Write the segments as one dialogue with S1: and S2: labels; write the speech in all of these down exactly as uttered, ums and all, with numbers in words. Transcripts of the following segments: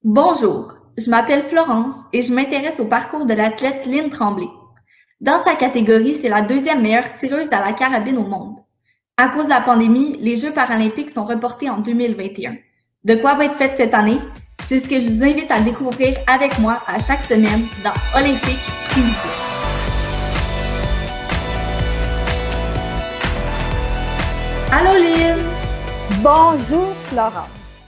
S1: Bonjour, je m'appelle Florence et je m'intéresse au parcours de l'athlète Lynne Tremblay. Dans sa catégorie, c'est la deuxième meilleure tireuse à la carabine au monde. À cause de la pandémie, les Jeux paralympiques sont reportés en deux mille vingt et un. De quoi va être faite cette année? C'est ce que je vous invite à découvrir avec moi à chaque semaine dans Olympique Prévisé. Allô Lynne!
S2: Bonjour Florence!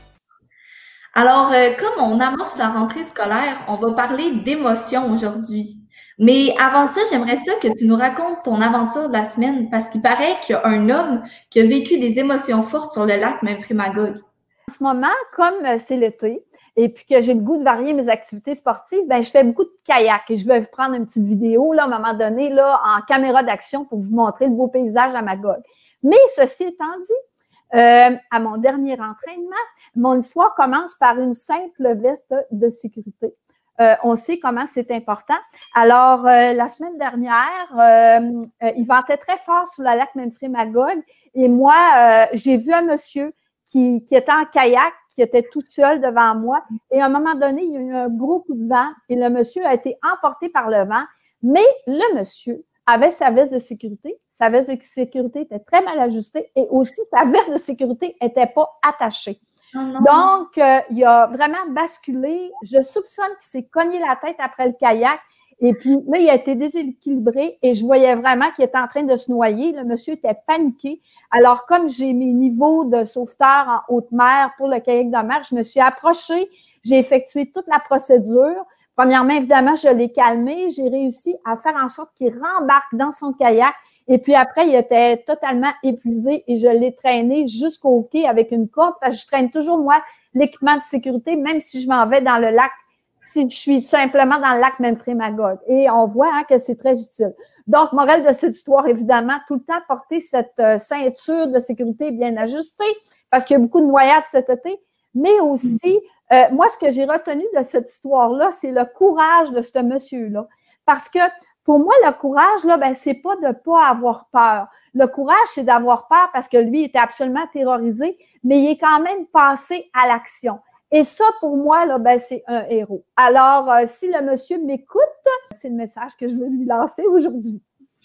S1: Alors, euh, comme on amorce la rentrée scolaire, on va parler d'émotions aujourd'hui. Mais avant ça, j'aimerais ça que tu nous racontes ton aventure de la semaine parce qu'il paraît qu'il y a un homme qui a vécu des émotions fortes sur le lac Memphremagog.
S2: En ce moment, comme c'est l'été et puis que j'ai le goût de varier mes activités sportives, ben je fais beaucoup de kayak et je vais vous prendre une petite vidéo là, à un moment donné là, en caméra d'action pour vous montrer le beau paysage à Magog. Mais ceci étant dit, euh, à mon dernier entraînement, mon histoire commence par une simple veste de sécurité. Euh, on sait comment c'est important. Alors, euh, la semaine dernière, euh, euh, il ventait très fort sur le lac Memphremagog et moi, euh, j'ai vu un monsieur qui, qui était en kayak, qui était tout seul devant moi et à un moment donné, il y a eu un gros coup de vent et le monsieur a été emporté par le vent, mais le monsieur avait sa veste de sécurité. Sa veste de sécurité était très mal ajustée et aussi sa veste de sécurité n'était pas attachée. Oh Donc, euh, il a vraiment basculé. Je soupçonne qu'il s'est cogné la tête après le kayak. Et puis, là, il a été déséquilibré et je voyais vraiment qu'il était en train de se noyer. Le monsieur était paniqué. Alors, comme j'ai mes niveaux de sauveteur en haute mer pour le kayak de mer, je me suis approchée. J'ai effectué toute la procédure. Premièrement, évidemment, je l'ai calmé. J'ai réussi à faire en sorte qu'il rembarque dans son kayak. Et puis après, il était totalement épuisé et je l'ai traîné jusqu'au quai avec une corde parce que je traîne toujours, moi, l'équipement de sécurité, même si je m'en vais dans le lac, si je suis simplement dans le lac Memphremagog. Et on voit hein, que c'est très utile. Donc, morale de cette histoire, évidemment, tout le temps porter cette euh, ceinture de sécurité bien ajustée parce qu'il y a beaucoup de noyades cet été, mais aussi, euh, moi, ce que j'ai retenu de cette histoire-là, c'est le courage de ce monsieur-là. Parce que pour moi, le courage, là, ben, c'est pas de pas avoir peur. Le courage, c'est d'avoir peur parce que lui, il était absolument terrorisé, mais il est quand même passé à l'action. Et ça, pour moi, là, ben, c'est un héros. Alors, euh, si le monsieur m'écoute, c'est le message que je veux lui lancer aujourd'hui.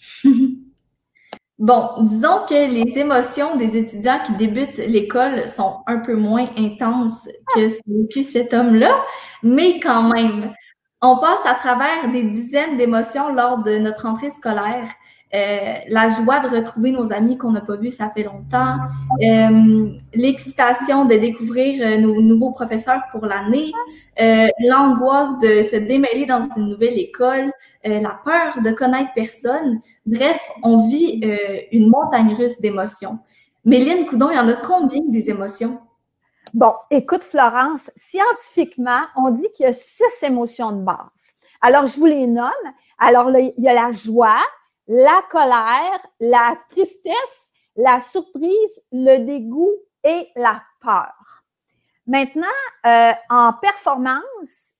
S1: Bon, disons que les émotions des étudiants qui débutent l'école sont un peu moins intenses que ce qu'a vécu cet homme-là, mais quand même, on passe à travers des dizaines d'émotions lors de notre entrée scolaire. Euh, la joie de retrouver nos amis qu'on n'a pas vus, ça fait longtemps. Euh, l'excitation de découvrir euh, nos nouveaux professeurs pour l'année. Euh, l'angoisse de se démêler dans une nouvelle école. Euh, la peur de connaître personne. Bref, on vit euh, une montagne russe d'émotions. Mais Lynne Coudon, il y en a combien des émotions?
S2: Bon, écoute Florence, scientifiquement, on dit qu'il y a six émotions de base. Alors, je vous les nomme. Alors, là, il y a la joie, la colère, la tristesse, la surprise, le dégoût et la peur. Maintenant, euh, en performance,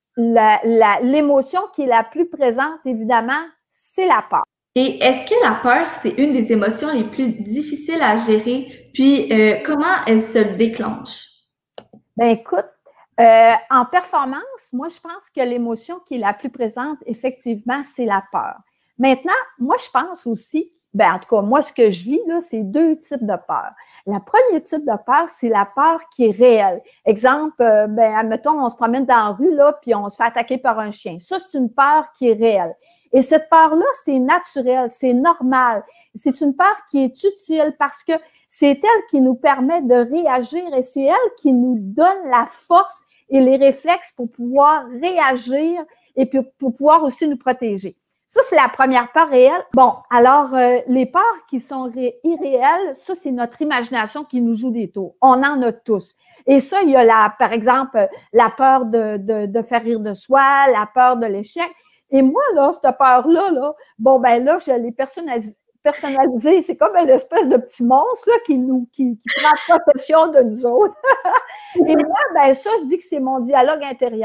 S2: l'émotion qui est la plus présente, évidemment, c'est la peur.
S1: Et est-ce que la peur, c'est une des émotions les plus difficiles à gérer? Puis, euh, comment elle se déclenche?
S2: Ben écoute, euh, en performance, moi, je pense que l'émotion qui est la plus présente, effectivement, c'est la peur. Maintenant, moi, je pense aussi, ben en tout cas, moi, ce que je vis, là, c'est deux types de peur. Le premier type de peur, c'est la peur qui est réelle. Exemple, euh, ben, admettons, on se promène dans la rue, là, puis on se fait attaquer par un chien. Ça, c'est une peur qui est réelle. Et cette peur-là, c'est naturel, c'est normal. C'est une peur qui est utile parce que c'est elle qui nous permet de réagir et c'est elle qui nous donne la force et les réflexes pour pouvoir réagir et pour, pour pouvoir aussi nous protéger. Ça, c'est la première peur réelle. Bon, alors, euh, les peurs qui sont irréelles, ça, c'est notre imagination qui nous joue des tours. On en a tous. Et ça, il y a, la, par exemple, la peur de, de, de faire rire de soi, la peur de l'échec. Et moi, là, cette peur-là, là, bon, ben là, je l'ai personnalisée. Personnalisé, c'est comme une espèce de petit monstre là, qui nous qui, qui prend possession de nous autres. Et moi, ben ça, je dis que c'est mon dialogue intérieur.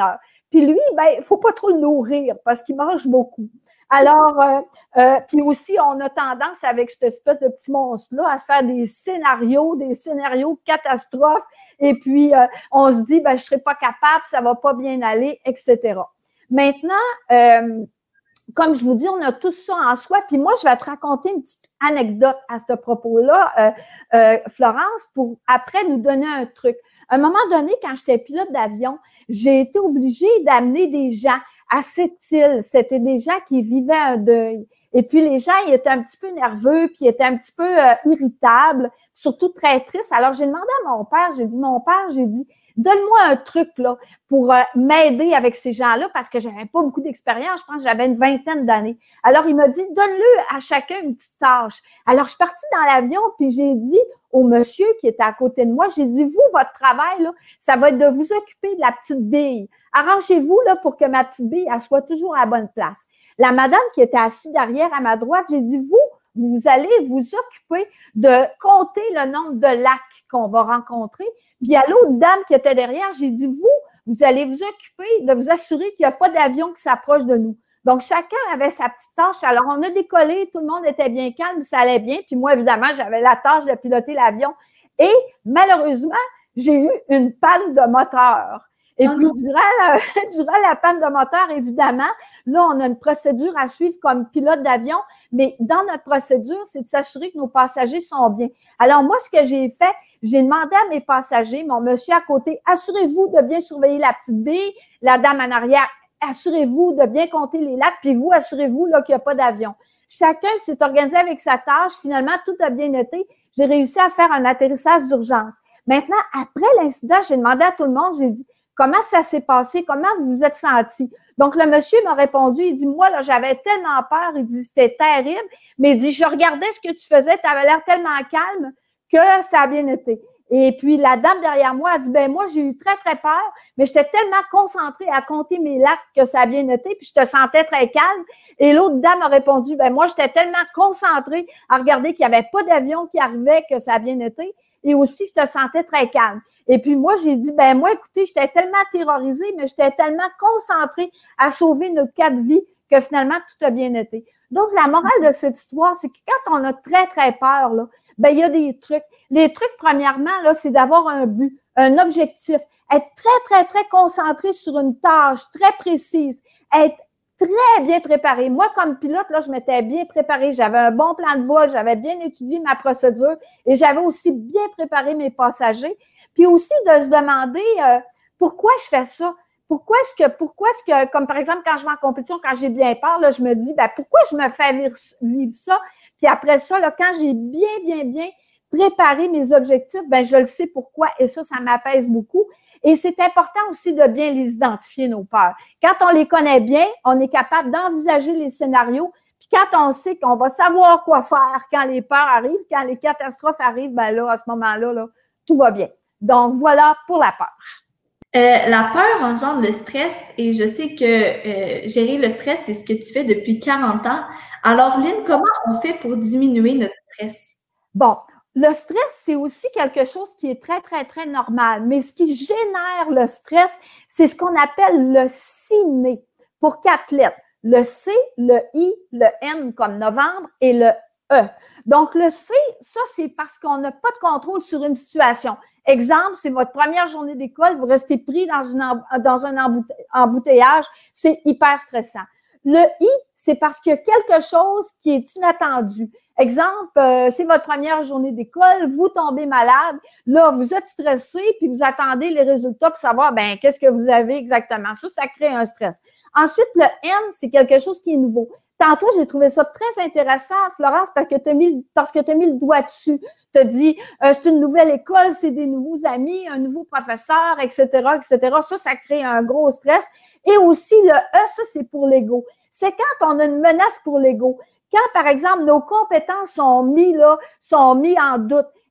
S2: Puis lui, ben, il faut pas trop le nourrir parce qu'il mange beaucoup. Alors, euh, euh, puis aussi, on a tendance avec cette espèce de petit monstre-là à se faire des scénarios, des scénarios catastrophes. Et puis, euh, on se dit, ben, je serai pas capable, ça va pas bien aller, et cetera. Maintenant, euh, comme je vous dis, on a tout ça en soi. Puis moi, je vais te raconter une petite anecdote à ce propos-là, euh, euh, Florence, pour après nous donner un truc. À un moment donné, quand j'étais pilote d'avion, j'ai été obligée d'amener des gens à cette île. C'était des gens qui vivaient un deuil. Et puis, les gens, ils étaient un petit peu nerveux, puis ils étaient un petit peu euh, irritables, surtout très tristes. Alors, j'ai demandé à mon père, j'ai dit, mon père, j'ai dit, donne-moi un truc là pour euh, m'aider avec ces gens-là parce que j'avais pas beaucoup d'expérience. Je pense que j'avais une vingtaine d'années. Alors, il m'a dit, donne-le à chacun une petite tâche. Alors, je suis partie dans l'avion puis j'ai dit au monsieur qui était à côté de moi, j'ai dit, vous, votre travail, là, ça va être de vous occuper de la petite bille. Arrangez-vous là pour que ma petite bille, elle soit toujours à la bonne place. La madame qui était assise derrière à ma droite, j'ai dit, vous, vous allez vous occuper de compter le nombre de lacs qu'on va rencontrer. Puis à l'autre dame qui était derrière, j'ai dit, vous, vous allez vous occuper de vous assurer qu'il n'y a pas d'avion qui s'approche de nous. Donc, chacun avait sa petite tâche. Alors, on a décollé, tout le monde était bien calme, ça allait bien. Puis moi, évidemment, j'avais la tâche de piloter l'avion. Et malheureusement, j'ai eu une panne de moteur. Et puis, durant la, durant la panne de moteur, évidemment, là, on a une procédure à suivre comme pilote d'avion, mais dans notre procédure, c'est de s'assurer que nos passagers sont bien. Alors, moi, ce que j'ai fait, j'ai demandé à mes passagers, mon monsieur à côté, assurez-vous de bien surveiller la petite bille, la dame en arrière, assurez-vous de bien compter les lacs, puis vous, assurez-vous là, qu'il n'y a pas d'avion. Chacun s'est organisé avec sa tâche. Finalement, tout a bien été. J'ai réussi à faire un atterrissage d'urgence. Maintenant, après l'incident, j'ai demandé à tout le monde, j'ai dit, comment ça s'est passé? Comment vous vous êtes senti? Donc, le monsieur m'a répondu, il dit, moi, là, j'avais tellement peur, il dit, c'était terrible, mais il dit, je regardais ce que tu faisais, tu avais l'air tellement calme que ça a bien été. Et puis, la dame derrière moi a dit, ben moi, j'ai eu très, très peur, mais j'étais tellement concentrée à compter mes lacs que ça a bien été, puis je te sentais très calme. Et l'autre dame a répondu, ben moi, j'étais tellement concentrée à regarder qu'il n'y avait pas d'avion qui arrivait que ça a bien été. Et aussi, je te sentais très calme. Et puis moi, j'ai dit, ben moi, écoutez, j'étais tellement terrorisée, mais j'étais tellement concentrée à sauver nos quatre vies que finalement, tout a bien été. Donc, la morale de cette histoire, c'est que quand on a très, très peur, là, ben il y a des trucs. Les trucs, premièrement, là, c'est d'avoir un but, un objectif, être très, très, très concentré sur une tâche très précise, être très bien préparé. Moi, comme pilote, là, je m'étais bien préparée. J'avais un bon plan de vol, j'avais bien étudié ma procédure et j'avais aussi bien préparé mes passagers. Puis aussi de se demander euh, pourquoi je fais ça. Pourquoi est-ce que, pourquoi est-ce que, comme par exemple, quand je vais en compétition, quand j'ai bien peur, là, je me dis, ben, pourquoi je me fais vivre, vivre ça? Puis après ça, là, quand j'ai bien, bien, bien préparé mes objectifs, ben, je le sais pourquoi et ça, ça m'apaise beaucoup. Et c'est important aussi de bien les identifier, nos peurs. Quand on les connaît bien, on est capable d'envisager les scénarios. Puis quand on sait qu'on va savoir quoi faire quand les peurs arrivent, quand les catastrophes arrivent, ben là, à ce moment-là, là, tout va bien. Donc, voilà pour la peur.
S1: Euh, la peur engendre le stress et je sais que euh, gérer le stress, c'est ce que tu fais depuis quarante ans. Alors, Lynn, comment on fait pour diminuer notre stress?
S2: Bon, le stress, c'est aussi quelque chose qui est très, très, très normal. Mais ce qui génère le stress, c'est ce qu'on appelle le ciné pour quatre lettres. Le C, le I, le N comme novembre et le E. Donc, le C, ça, c'est parce qu'on n'a pas de contrôle sur une situation. Exemple, c'est votre première journée d'école, vous restez pris dans, une, dans un embouteillage, c'est hyper stressant. Le I, c'est parce qu'il y a quelque chose qui est inattendu. Exemple, euh, c'est votre première journée d'école, vous tombez malade, là, vous êtes stressé, puis vous attendez les résultats pour savoir, ben, qu'est-ce que vous avez exactement. Ça, ça crée un stress. Ensuite, le N, c'est quelque chose qui est nouveau. Tantôt, j'ai trouvé ça très intéressant, Florence, parce que tu as mis, parce que tu as mis le doigt dessus. Tu as dit, euh, c'est une nouvelle école, c'est des nouveaux amis, un nouveau professeur, et cetera, et cetera. Ça, ça crée un gros stress. Et aussi, le E, ça, c'est pour l'ego. C'est quand on a une menace pour l'ego. Quand, par exemple, nos compétences sont mises là, sont mises en doute.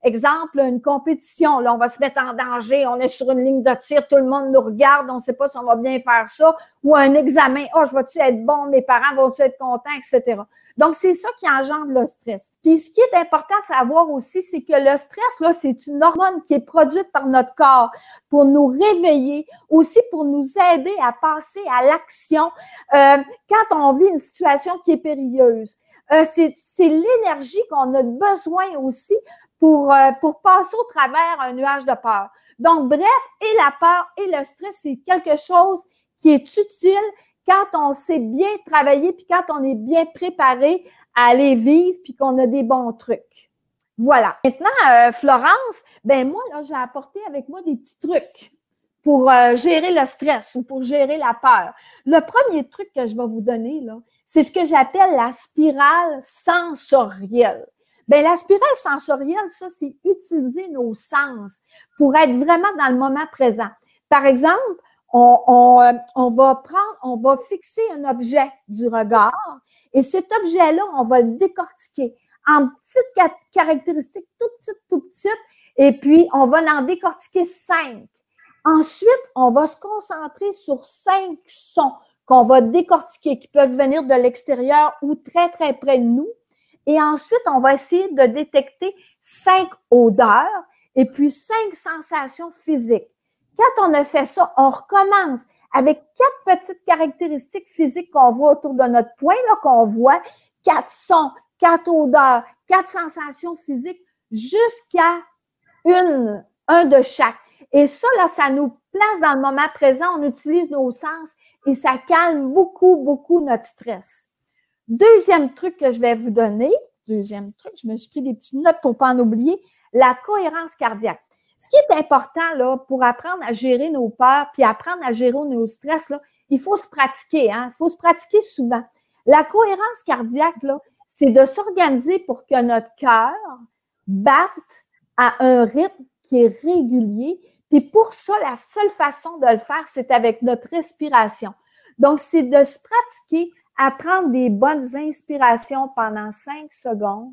S2: exemple, une compétition, là, on va se mettre en danger, on est sur une ligne de tir, tout le monde nous regarde, on ne sait pas si on va bien faire ça, ou un examen, oh, je vais-tu être bon, mes parents vont-tu être contents, et cetera. Donc, c'est ça qui engendre le stress. Puis, ce qui est important de savoir aussi, c'est que le stress, là, c'est une hormone qui est produite par notre corps pour nous réveiller, aussi pour nous aider à passer à l'action euh, quand on vit une situation qui est périlleuse. Euh, c'est, c'est l'énergie qu'on a besoin aussi pour, euh, pour passer au travers un nuage de peur. Donc, bref, et la peur et le stress, c'est quelque chose qui est utile quand on sait bien travailler puis quand on est bien préparé à aller vivre puis qu'on a des bons trucs. Voilà. Maintenant, euh, Florence, ben moi, là, j'ai apporté avec moi des petits trucs pour euh, gérer le stress ou pour gérer la peur. Le premier truc que je vais vous donner, là, c'est ce que j'appelle la spirale sensorielle. Bien, la spirale sensorielle, ça, c'est utiliser nos sens pour être vraiment dans le moment présent. Par exemple, on, on, euh, on va prendre, on va fixer un objet du regard et cet objet-là, on va le décortiquer en petites caractéristiques, tout petites, tout petites, et puis on va en décortiquer cinq. Ensuite, on va se concentrer sur cinq sons qu'on va décortiquer, qui peuvent venir de l'extérieur ou très, très près de nous. Et ensuite, on va essayer de détecter cinq odeurs et puis cinq sensations physiques. Quand on a fait ça, on recommence avec quatre petites caractéristiques physiques qu'on voit autour de notre poing, là, qu'on voit, quatre sons, quatre odeurs, quatre sensations physiques, jusqu'à une, un de chaque. Et ça, là, ça nous place dans le moment présent, on utilise nos sens et ça calme beaucoup, beaucoup notre stress. Deuxième truc que je vais vous donner, deuxième truc, je me suis pris des petites notes pour ne pas en oublier, la cohérence cardiaque. Ce qui est important, là, pour apprendre à gérer nos peurs puis apprendre à gérer nos stress, là, il faut se pratiquer, hein, il faut se pratiquer souvent. La cohérence cardiaque, là, c'est de s'organiser pour que notre cœur batte à un rythme qui est régulier. Puis pour ça, la seule façon de le faire, c'est avec notre respiration. Donc, c'est de se pratiquer à prendre des bonnes inspirations pendant cinq secondes,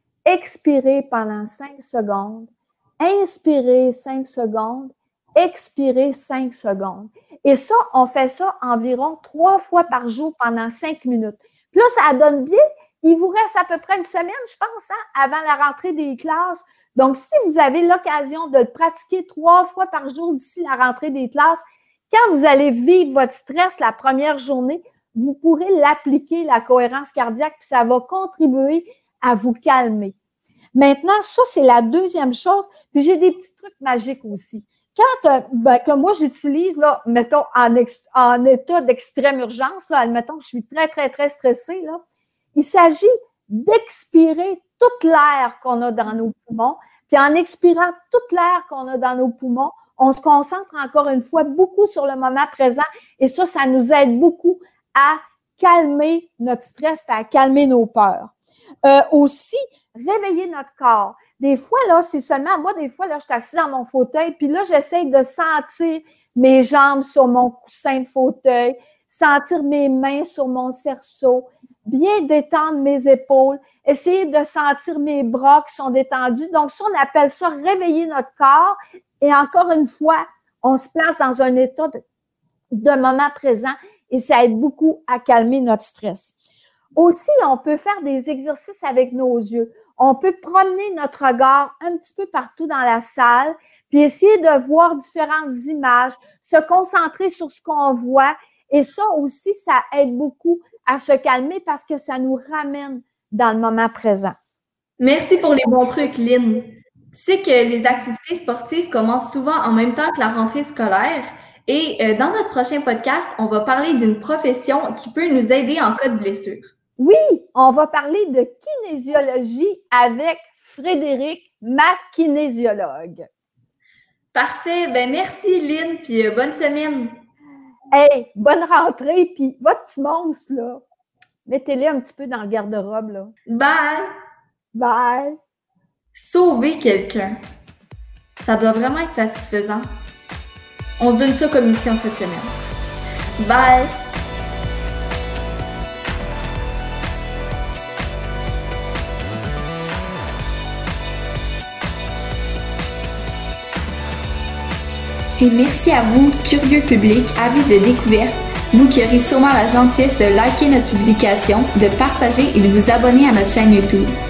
S2: expirer pendant cinq secondes, inspirer cinq secondes, expirer cinq secondes. Et ça, on fait ça environ trois fois par jour pendant cinq minutes. Puis là, ça donne bien. Il vous reste à peu près une semaine, je pense, hein, avant la rentrée des classes. Donc, si vous avez l'occasion de le pratiquer trois fois par jour d'ici la rentrée des classes, quand vous allez vivre votre stress la première journée, vous pourrez l'appliquer, la cohérence cardiaque, puis ça va contribuer à vous calmer. Maintenant, ça, c'est la deuxième chose. Puis j'ai des petits trucs magiques aussi. Quand, euh, ben, que moi, j'utilise, là, mettons, en, ex, en état d'extrême urgence, là, admettons que je suis très, très, très stressée, là, il s'agit d'expirer toute l'air qu'on a dans nos poumons. Puis en expirant toute l'air qu'on a dans nos poumons, on se concentre encore une fois beaucoup sur le moment présent. Et ça, ça nous aide beaucoup à calmer notre stress et à calmer nos peurs. Euh, aussi, réveiller notre corps. Des fois, là, c'est seulement, moi, des fois, là, je suis assise dans mon fauteuil, puis là, j'essaie de sentir mes jambes sur mon coussin de fauteuil, sentir mes mains sur mon cerceau, bien détendre mes épaules, essayer de sentir mes bras qui sont détendus. Donc, ça, on appelle ça réveiller notre corps. Et encore une fois, on se place dans un état de, de moment présent et ça aide beaucoup à calmer notre stress. Aussi, on peut faire des exercices avec nos yeux. On peut promener notre regard un petit peu partout dans la salle, puis essayer de voir différentes images, se concentrer sur ce qu'on voit. Et ça aussi, ça aide beaucoup à se calmer parce que ça nous ramène dans le moment présent.
S1: Merci pour les bons trucs, Lynn. Tu sais que les activités sportives commencent souvent en même temps que la rentrée scolaire. Et euh, dans notre prochain podcast, on va parler d'une profession qui peut nous aider en cas de blessure.
S2: Oui, on va parler de kinésiologie avec Frédéric, ma kinésiologue.
S1: Parfait. Ben merci, Lynn, puis euh, bonne semaine.
S2: Hey, bonne rentrée, puis votre petit monstre, là, mettez-les un petit peu dans le garde-robe, là.
S1: Bye!
S2: Bye!
S1: Sauver quelqu'un, ça doit vraiment être satisfaisant. On se donne ça comme mission cette semaine. Bye! Et merci à vous, curieux public, avis de découverte, vous qui aurez sûrement la gentillesse de liker notre publication, de partager et de vous abonner à notre chaîne YouTube.